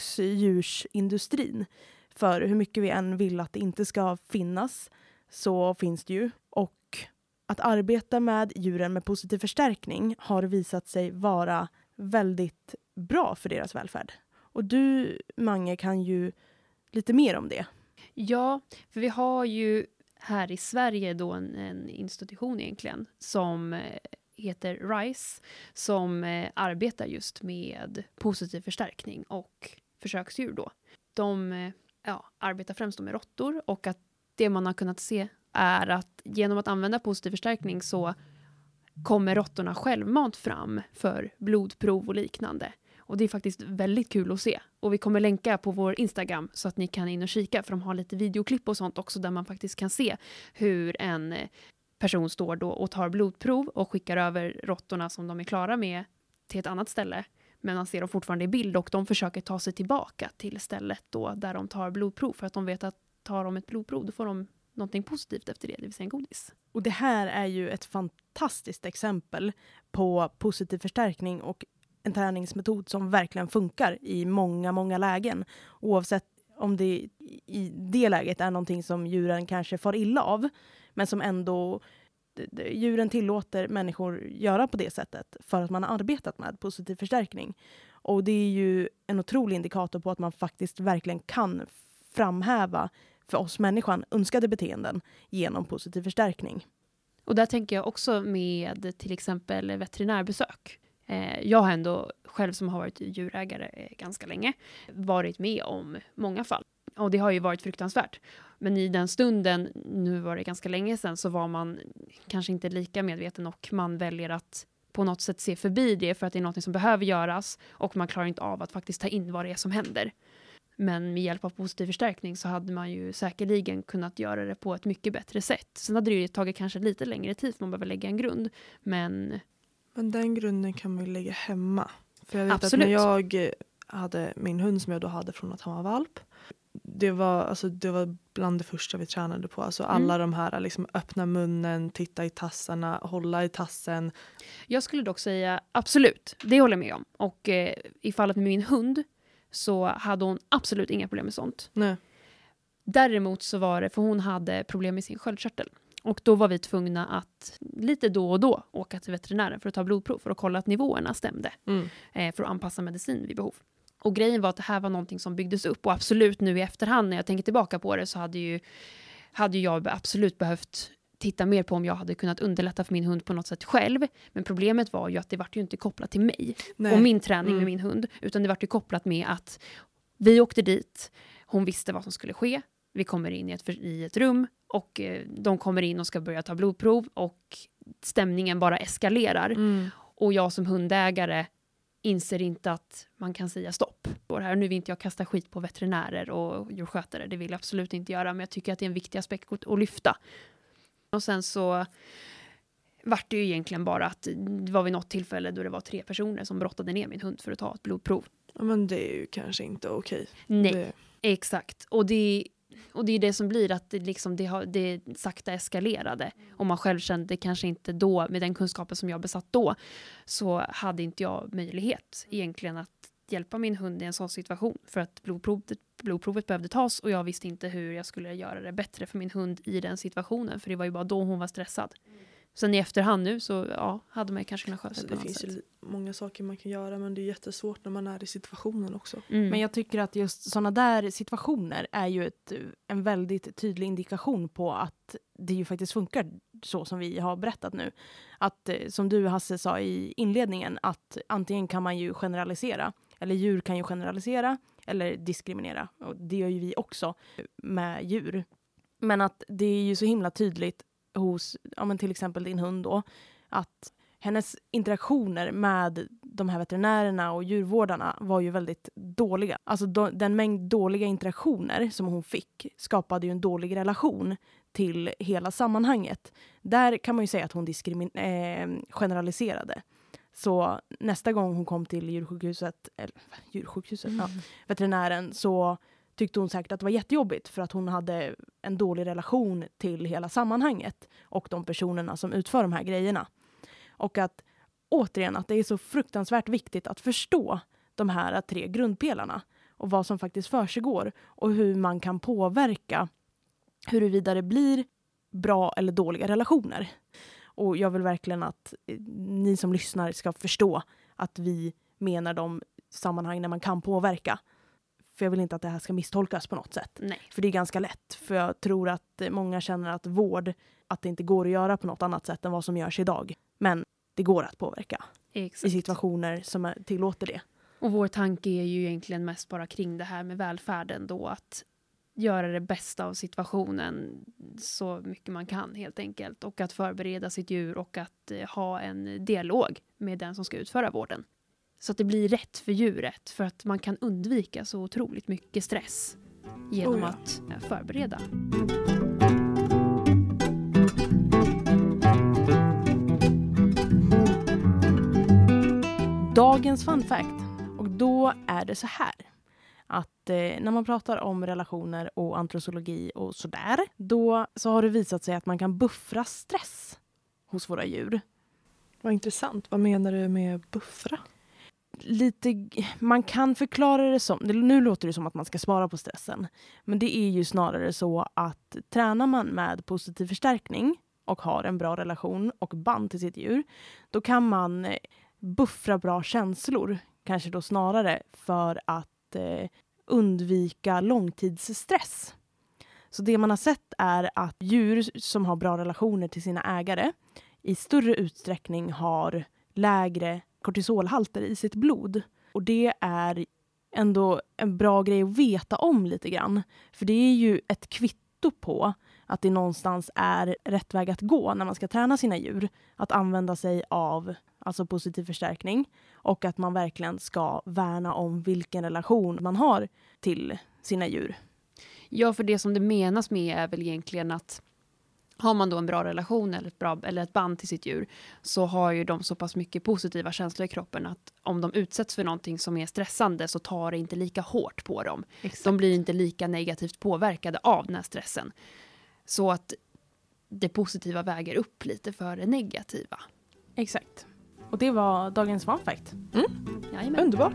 [SPEAKER 1] försöksdjursindustrin. För hur mycket vi än vill att det inte ska finnas, så finns det ju. Och att arbeta med djuren med positiv förstärkning har visat sig vara väldigt bra för deras välfärd. Och du, Mange, kan ju lite mer om det.
[SPEAKER 2] Ja, för vi har ju här i Sverige då en, en institution egentligen som eh, heter RISE, som eh, arbetar just med positiv förstärkning och försöksdjur då. De eh, ja, arbetar främst med råttor, och att det man har kunnat se är att genom att använda positiv förstärkning så kommer råttorna självmant fram för blodprov och liknande. Och det är faktiskt väldigt kul att se. Och vi kommer länka på vår Instagram så att ni kan in och kika, för de har lite videoklipp och sånt också där man faktiskt kan se hur en person står då och tar blodprov och skickar över råttorna som de är klara med till ett annat ställe. Men man ser dem fortfarande i bild och de försöker ta sig tillbaka till stället då där de tar blodprov, för att de vet att tar de ett blodprov då får de någonting positivt efter det, det vill säga en godis.
[SPEAKER 1] Och det här är ju ett fantastiskt exempel på positiv förstärkning och en träningsmetod som verkligen funkar i många, många lägen. Oavsett om det i det läget är någonting som djuren kanske far illa av, men som ändå djuren tillåter människor göra på det sättet för att man har arbetat med positiv förstärkning. Och det är ju en otrolig indikator på att man faktiskt verkligen kan framhäva för oss människan önskade beteenden genom positiv förstärkning.
[SPEAKER 2] Och där tänker jag också med till exempel veterinärbesök. Jag har ändå själv, som har varit djurägare ganska länge, varit med om många fall. Och det har ju varit fruktansvärt. Men i den stunden, nu var det ganska länge sedan, så var man kanske inte lika medveten och man väljer att på något sätt se förbi det för att det är något som behöver göras och man klarar inte av att faktiskt ta in vad det är som händer. Men med hjälp av positiv förstärkning så hade man ju säkerligen kunnat göra det på ett mycket bättre sätt. Sen hade det ju tagit kanske lite längre tid för man behöver lägga en grund. Men,
[SPEAKER 3] Men den grunden kan man ju lägga hemma. För jag vet
[SPEAKER 2] absolut.
[SPEAKER 3] att när jag hade min hund som jag då hade från att han var valp. Det var, alltså, det var bland det första vi tränade på. Alltså alla mm. de här, liksom öppna munnen, titta i tassarna, hålla i tassen.
[SPEAKER 2] Jag skulle dock säga absolut, det håller jag med om. Och eh, i fallet med min hund så hade hon absolut inga problem med sånt.
[SPEAKER 3] Nej.
[SPEAKER 2] Däremot så var det, för hon hade problem med sin sköldkörtel. Och då var vi tvungna att lite då och då åka till veterinären för att ta blodprov för att kolla att nivåerna stämde. Mm. Eh, för att anpassa medicin vid behov. Och grejen var att det här var någonting som byggdes upp. Och absolut nu i efterhand när jag tänker tillbaka på det så hade ju, hade ju jag absolut behövt titta mer på om jag hade kunnat underlätta för min hund på något sätt själv. Men problemet var ju att det var ju inte kopplat till mig. Nej. Och min träning mm. med min hund. Utan det var ju kopplat med att vi åkte dit. Hon visste vad som skulle ske. Vi kommer in i ett, i ett rum. Och eh, de kommer in och ska börja ta blodprov. Och stämningen bara eskalerar. Mm. Och jag som hundägare inser inte att man kan säga stopp. Och här, nu vill inte jag kasta skit på veterinärer och djurskötare. Det vill jag absolut inte göra. Men jag tycker att det är en viktig aspekt att lyfta. Och sen så var det ju egentligen bara att det var vid något tillfälle då det var tre personer som brottade ner min hund för att ta ett blodprov.
[SPEAKER 3] Ja, men det är ju kanske inte okej.
[SPEAKER 2] Nej,
[SPEAKER 3] det...
[SPEAKER 2] exakt. Och det, och det är det som blir att det, liksom, det, har, det sakta eskalerade. Och man själv kände kanske inte då, med den kunskapen som jag besatt då, så hade inte jag möjlighet egentligen att hjälpa min hund i en sån situation. För att blodprovet, blodprovet behövde tas och jag visste inte hur jag skulle göra det bättre för min hund i den situationen. För det var ju bara då hon var stressad. Sen i efterhand nu så ja, hade man kanske kunnat sköta
[SPEAKER 3] alltså,
[SPEAKER 2] det.
[SPEAKER 3] Det finns sätt. Ju många saker man kan göra men det är jättesvårt när man är i situationen också.
[SPEAKER 1] Mm. Men jag tycker att just sådana där situationer är ju ett, en väldigt tydlig indikation på att det ju faktiskt funkar så som vi har berättat nu. Att som du Hasse sa i inledningen att antingen kan man ju generalisera eller djur kan ju generalisera eller diskriminera. Och det gör ju vi också med djur. Men att det är ju så himla tydligt hos ja, men till exempel din hund då, att hennes interaktioner med de här veterinärerna och djurvårdarna var ju väldigt dåliga. Alltså do, den mängd dåliga interaktioner som hon fick skapade ju en dålig relation till hela sammanhanget. Där kan man ju säga att hon discrimin- eh, generaliserade. Så nästa gång hon kom till djursjukhuset, eller djursjukhuset, mm. ja, veterinären så tyckte hon säkert att det var jättejobbigt för att hon hade en dålig relation till hela sammanhanget och de personerna som utför de här grejerna. Och att återigen att det är så fruktansvärt viktigt att förstå de här tre grundpelarna och vad som faktiskt försiggår och hur man kan påverka huruvida det blir bra eller dåliga relationer. Och jag vill verkligen att ni som lyssnar ska förstå att vi menar de sammanhang där man kan påverka. För jag vill inte att det här ska misstolkas på något sätt.
[SPEAKER 2] Nej.
[SPEAKER 1] För det är ganska lätt. För jag tror att många känner att vård, att det inte går att göra på något annat sätt än vad som görs idag. Men det går att påverka.
[SPEAKER 2] Exakt.
[SPEAKER 1] I situationer som är, tillåter det.
[SPEAKER 2] Och vår tanke är ju egentligen mest bara kring det här med välfärden då. Att göra det bästa av situationen så mycket man kan helt enkelt. Och att förbereda sitt djur och att eh, ha en dialog med den som ska utföra vården. Så att det blir rätt för djuret. För att man kan undvika så otroligt mycket stress genom oh ja. att eh, förbereda.
[SPEAKER 1] Dagens fun fact. Och då är det så här. Att eh, när man pratar om relationer och antrosologi och sådär. Då så har det visat sig att man kan buffra stress hos våra djur.
[SPEAKER 3] Vad intressant. Vad menar du med buffra?
[SPEAKER 1] Lite, man kan förklara det som, nu låter det som att man ska spara på stressen. Men det är ju snarare så att tränar man med positiv förstärkning och har en bra relation och band till sitt djur. Då kan man buffra bra känslor. Kanske då snarare för att eh, undvika långtidsstress. Så det man har sett är att djur som har bra relationer till sina ägare i större utsträckning har lägre kortisolhalter i sitt blod. Och det är ändå en bra grej att veta om lite grann. För det är ju ett kvitto på att det någonstans är rätt väg att gå när man ska träna sina djur. Att använda sig av alltså positiv förstärkning och att man verkligen ska värna om vilken relation man har till sina djur.
[SPEAKER 2] Ja, för det som det menas med är väl egentligen att har man då en bra relation eller ett, bra, eller ett band till sitt djur så har ju de så pass mycket positiva känslor i kroppen att om de utsätts för någonting som är stressande så tar det inte lika hårt på dem. Exakt. De blir inte lika negativt påverkade av den här stressen. Så att det positiva väger upp lite för det negativa.
[SPEAKER 1] Exakt. Och det var dagens fun fact.
[SPEAKER 3] Mm.
[SPEAKER 2] Jajamän.
[SPEAKER 3] Underbart.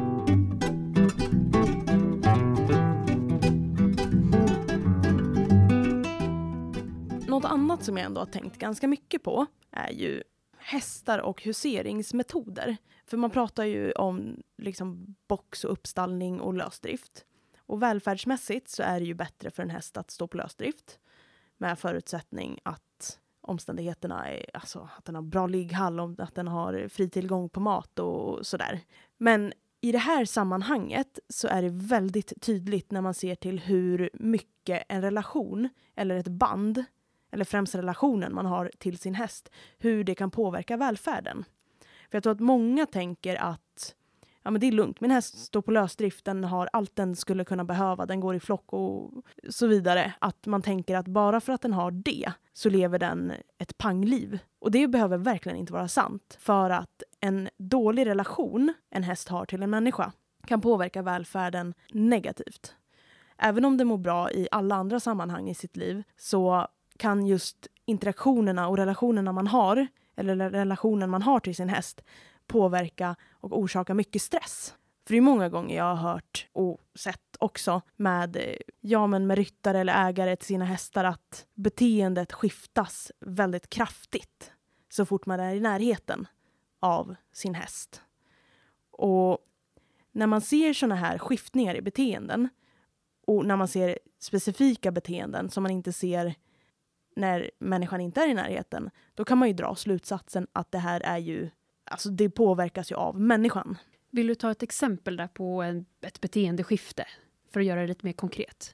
[SPEAKER 1] Något annat som jag ändå har tänkt ganska mycket på är ju hästar och huseringsmetoder. För man pratar ju om liksom box och uppstallning och lösdrift. Och välfärdsmässigt så är det ju bättre för en häst att stå på lösdrift. Med förutsättning att omständigheterna är alltså att den har bra ligghall, att den har fri tillgång på mat och sådär. Men i det här sammanhanget så är det väldigt tydligt när man ser till hur mycket en relation eller ett band eller främst relationen man har till sin häst, hur det kan påverka välfärden. För jag tror att många tänker att ja, men det är lugnt, min häst står på lösdrift, den har allt den skulle kunna behöva, den går i flock och så vidare. Att man tänker att bara för att den har det så lever den ett pangliv. Och det behöver verkligen inte vara sant. För att en dålig relation en häst har till en människa kan påverka välfärden negativt. Även om det mår bra i alla andra sammanhang i sitt liv så kan just interaktionerna och relationerna man har, eller relationen man har till sin häst, påverka och orsaka mycket stress. För det är många gånger jag har hört och sett också med, ja, men med ryttare eller ägare till sina hästar att beteendet skiftas väldigt kraftigt så fort man är i närheten av sin häst. Och när man ser såna här skiftningar i beteenden och när man ser specifika beteenden som man inte ser när människan inte är i närheten, då kan man ju dra slutsatsen att det här är ju, alltså det påverkas ju av människan.
[SPEAKER 2] Vill du ta ett exempel där på en, ett beteendeskifte för att göra det lite mer konkret?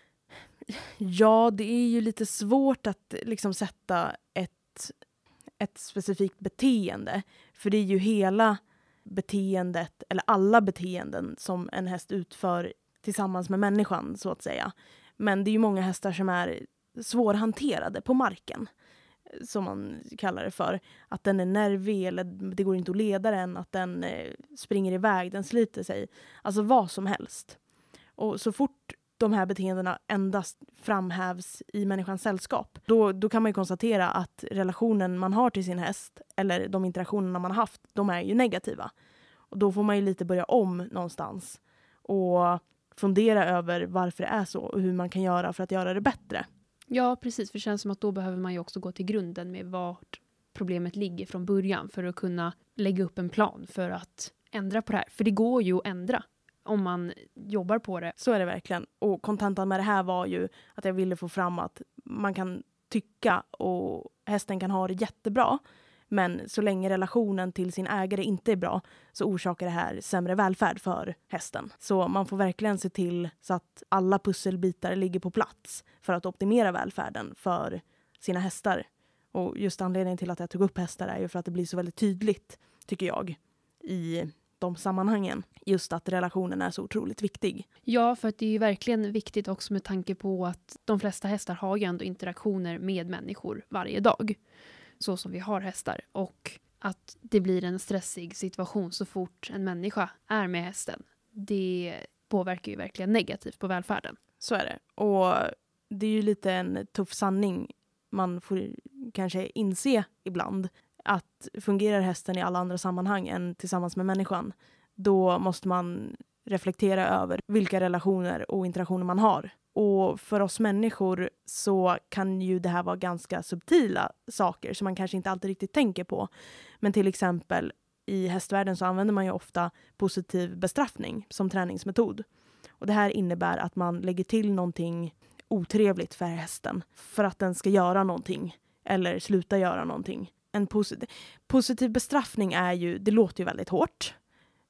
[SPEAKER 1] Ja, det är ju lite svårt att liksom sätta ett, ett specifikt beteende. För det är ju hela beteendet, eller alla beteenden som en häst utför tillsammans med människan så att säga. Men det är ju många hästar som är svårhanterade på marken, som man kallar det för. Att den är nervig eller det går inte att leda den, att den eh, springer iväg, den sliter sig. Alltså vad som helst. Och så fort de här beteendena endast framhävs i människans sällskap, då, då kan man ju konstatera att relationen man har till sin häst, eller de interaktionerna man har haft, de är ju negativa. Och då får man ju lite börja om någonstans och fundera över varför det är så och hur man kan göra för att göra det bättre.
[SPEAKER 2] Ja, precis. För det känns som att då behöver man ju också gå till grunden med vart problemet ligger från början för att kunna lägga upp en plan för att ändra på det här. För det går ju att ändra om man jobbar på det.
[SPEAKER 1] Så är det verkligen. Och kontentan med det här var ju att jag ville få fram att man kan tycka och hästen kan ha det jättebra. Men så länge relationen till sin ägare inte är bra så orsakar det här sämre välfärd för hästen. Så man får verkligen se till så att alla pusselbitar ligger på plats för att optimera välfärden för sina hästar. Och just anledningen till att jag tog upp hästar är ju för att det blir så väldigt tydligt, tycker jag, i de sammanhangen. Just att relationen är så otroligt viktig.
[SPEAKER 2] Ja, för att det är ju verkligen viktigt också med tanke på att de flesta hästar har ju ändå interaktioner med människor varje dag. Så som vi har hästar. Och att det blir en stressig situation så fort en människa är med hästen. Det påverkar ju verkligen negativt på välfärden.
[SPEAKER 1] Så är det. Och det är ju lite en tuff sanning man får kanske inse ibland. Att fungerar hästen i alla andra sammanhang än tillsammans med människan, då måste man reflektera över vilka relationer och interaktioner man har. Och för oss människor så kan ju det här vara ganska subtila saker som man kanske inte alltid riktigt tänker på. Men till exempel i hästvärlden så använder man ju ofta positiv bestraffning som träningsmetod. Och det här innebär att man lägger till någonting otrevligt för hästen för att den ska göra någonting eller sluta göra någonting. En posit- positiv bestraffning är ju, det låter ju väldigt hårt.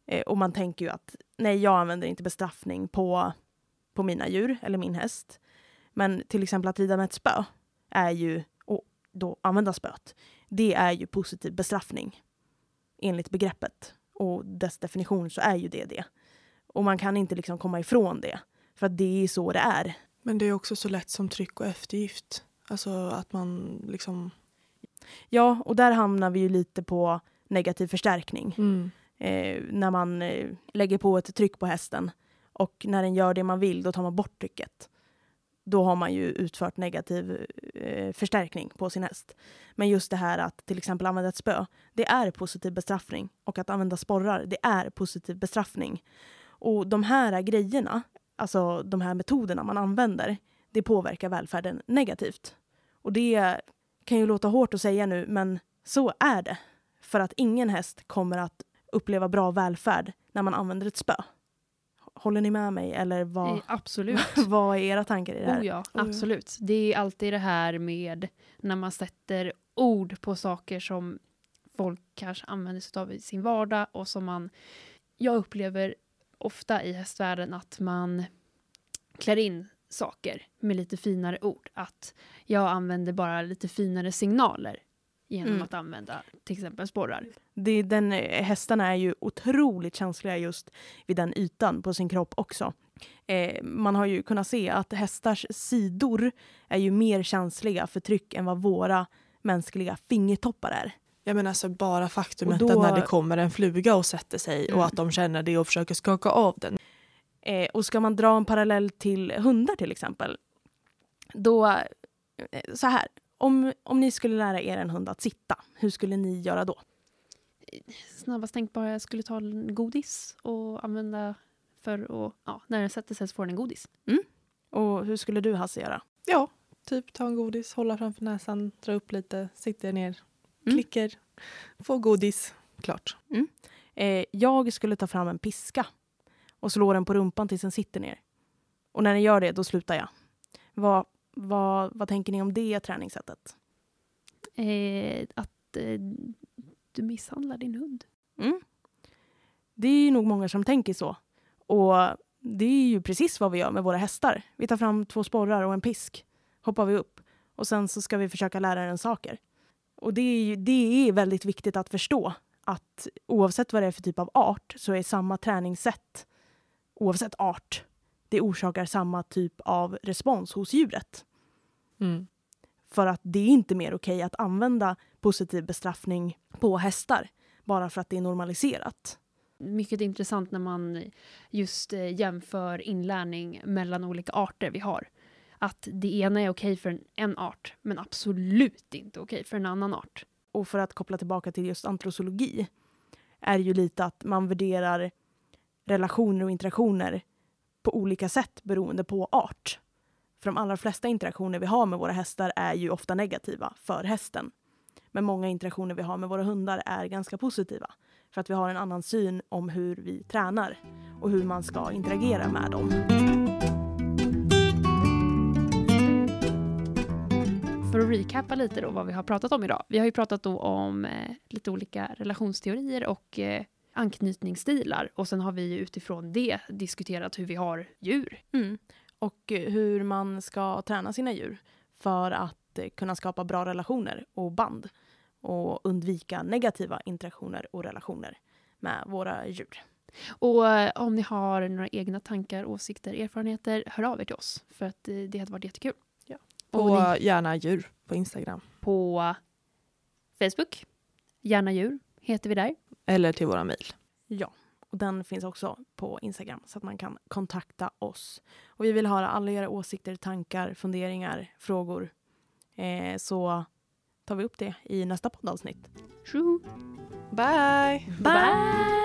[SPEAKER 1] Eh, och man tänker ju att nej, jag använder inte bestraffning på, på mina djur eller min häst. Men till exempel att rida med ett spö är ju, och då använda spöet, det är ju positiv bestraffning enligt begreppet. Och dess definition så är ju det det. Och man kan inte liksom komma ifrån det. För att det är så det är.
[SPEAKER 3] Men det är också så lätt som tryck och eftergift. Alltså att man liksom...
[SPEAKER 1] Ja, och där hamnar vi ju lite på negativ förstärkning.
[SPEAKER 3] Mm.
[SPEAKER 1] Eh, när man eh, lägger på ett tryck på hästen. Och när den gör det man vill, då tar man bort trycket. Då har man ju utfört negativ eh, förstärkning på sin häst. Men just det här att till exempel använda ett spö, det är positiv bestraffning. Och att använda sporrar, det är positiv bestraffning. Och de här grejerna, alltså de här metoderna man använder, det påverkar välfärden negativt. Och det kan ju låta hårt att säga nu, men så är det. För att ingen häst kommer att uppleva bra välfärd när man använder ett spö. Håller ni med mig? Eller vad,
[SPEAKER 2] Absolut.
[SPEAKER 1] vad är era tankar i det här?
[SPEAKER 2] Oh ja, absolut. Det är alltid det här med när man sätter ord på saker som folk kanske använder sig av i sin vardag och som man, jag upplever ofta i hästvärlden att man klär in saker med lite finare ord. Att jag använder bara lite finare signaler genom
[SPEAKER 1] Mm.
[SPEAKER 2] att använda till exempel sporrar.
[SPEAKER 1] Det, den, hästarna är ju otroligt känsliga just vid den ytan på sin kropp också. Eh, man har ju kunnat se att hästars sidor är ju mer känsliga för tryck än vad våra mänskliga fingertoppar är.
[SPEAKER 3] Jag menar alltså bara faktumet
[SPEAKER 1] Och då-
[SPEAKER 3] att när det kommer en fluga och sätter sig
[SPEAKER 1] Mm.
[SPEAKER 3] och att de känner det och försöker skaka av den.
[SPEAKER 1] Eh, och ska man dra en parallell till hundar till exempel, då, eh, så här, om, om ni skulle lära er en hund att sitta, hur skulle ni göra då?
[SPEAKER 2] Snabbast tänkbara, jag skulle ta en godis och använda för att, ja, när den sätter sig så får den en godis.
[SPEAKER 1] Och hur skulle du, Hasse, göra?
[SPEAKER 3] Ja, typ ta en godis, hålla framför näsan, dra upp lite, sitta ner,
[SPEAKER 1] Mm.
[SPEAKER 3] klicker, få godis, klart.
[SPEAKER 1] Eh, jag skulle ta fram en piska och slå den på rumpan tills den sitter ner. Och när den gör det, då slutar jag. Vad, vad, vad tänker ni om det träningssättet?
[SPEAKER 2] Eh, att eh, du misshandlar din hund.
[SPEAKER 1] Mm. Det är ju nog många som tänker så. Och det är ju precis vad vi gör med våra hästar. Vi tar fram två sporrar och en pisk. Hoppar vi upp. Och sen så ska vi försöka lära den saker. Och det är, ju, det är väldigt viktigt att förstå att oavsett vad det är för typ av art så är samma träningssätt, oavsett art, det orsakar samma typ av respons hos djuret.
[SPEAKER 3] Mm.
[SPEAKER 1] För att det är inte mer okej att använda positiv bestraffning på hästar bara för att det är normaliserat.
[SPEAKER 2] Mycket intressant när man just eh, jämför inlärning mellan olika arter vi har. Att det ena är okej för en, en art, men absolut inte okej för en annan art.
[SPEAKER 1] Och för att koppla tillbaka till just antrosologi är ju lite att man värderar relationer och interaktioner på olika sätt beroende på art. För de allra flesta interaktioner vi har med våra hästar är ju ofta negativa för hästen. Men många interaktioner vi har med våra hundar är ganska positiva. För att vi har en annan syn om hur vi tränar och hur man ska interagera med dem.
[SPEAKER 2] För att recappa lite då vad vi har pratat om idag. Vi har ju pratat då om eh, lite olika relationsteorier och eh, anknytningsstilar. Och sen har vi ju utifrån det diskuterat hur vi har djur.
[SPEAKER 1] Mm. Och eh, hur man ska träna sina djur för att eh, kunna skapa bra relationer och band. Och undvika negativa interaktioner och relationer med våra djur.
[SPEAKER 2] Och eh, om ni har några egna tankar, åsikter, erfarenheter, hör av er till oss. För att eh, det hade varit jättekul. Och
[SPEAKER 3] Och
[SPEAKER 2] ni-
[SPEAKER 3] gärna djur på Instagram.
[SPEAKER 2] På Facebook, Gärna djur, heter vi där.
[SPEAKER 3] Eller till våra mejl.
[SPEAKER 1] Ja, och den finns också på Instagram så att man kan kontakta oss. Och vi vill höra alla era åsikter, tankar, funderingar, frågor. Eh, så tar vi upp det i nästa poddavsnitt.
[SPEAKER 2] Tjoho!
[SPEAKER 3] Bye!
[SPEAKER 1] Bye!